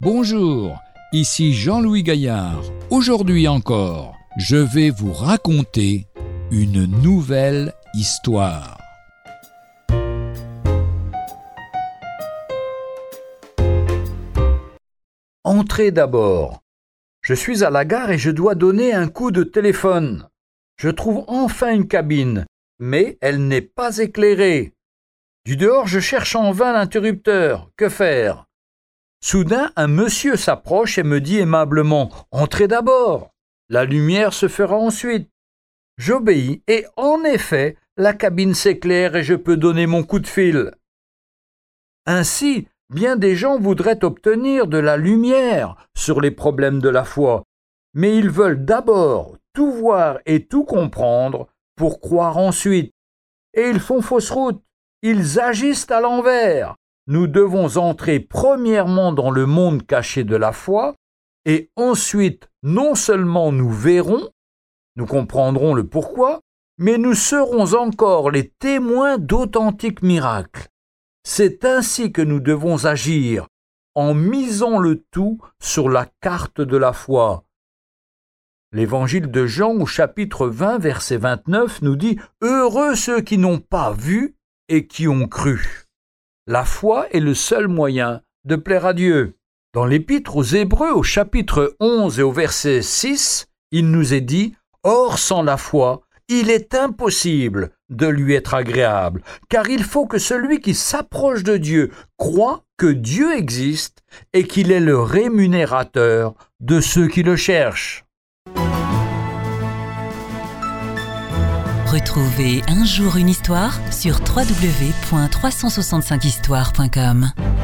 Bonjour, ici Jean-Louis Gaillard. Aujourd'hui encore, je vais vous raconter une nouvelle histoire. Entrez d'abord. Je suis à la gare et je dois donner un coup de téléphone. Je trouve enfin une cabine, mais elle n'est pas éclairée. Du dehors, je cherche en vain l'interrupteur. Que faire ? Soudain, un monsieur s'approche et me dit aimablement « Entrez d'abord, la lumière se fera ensuite ». J'obéis et en effet, la cabine s'éclaire et je peux donner mon coup de fil. Ainsi, bien des gens voudraient obtenir de la lumière sur les problèmes de la foi, mais ils veulent d'abord tout voir et tout comprendre pour croire ensuite. Et ils font fausse route, ils agissent à l'envers. Nous devons entrer premièrement dans le monde caché de la foi, et ensuite non seulement nous verrons, nous comprendrons le pourquoi, mais nous serons encore les témoins d'authentiques miracles. C'est ainsi que nous devons agir, en misant le tout sur la carte de la foi. L'évangile de Jean au chapitre 20, verset 29 nous dit « Heureux ceux qui n'ont pas vu et qui ont cru ». La foi est le seul moyen de plaire à Dieu. Dans l'Épître aux Hébreux au chapitre 11 et au verset 6, il nous est dit « Or sans la foi, il est impossible de lui être agréable, car il faut que celui qui s'approche de Dieu croie que Dieu existe et qu'il est le rémunérateur de ceux qui le cherchent. » Retrouvez Un jour une histoire sur www.365histoire.com.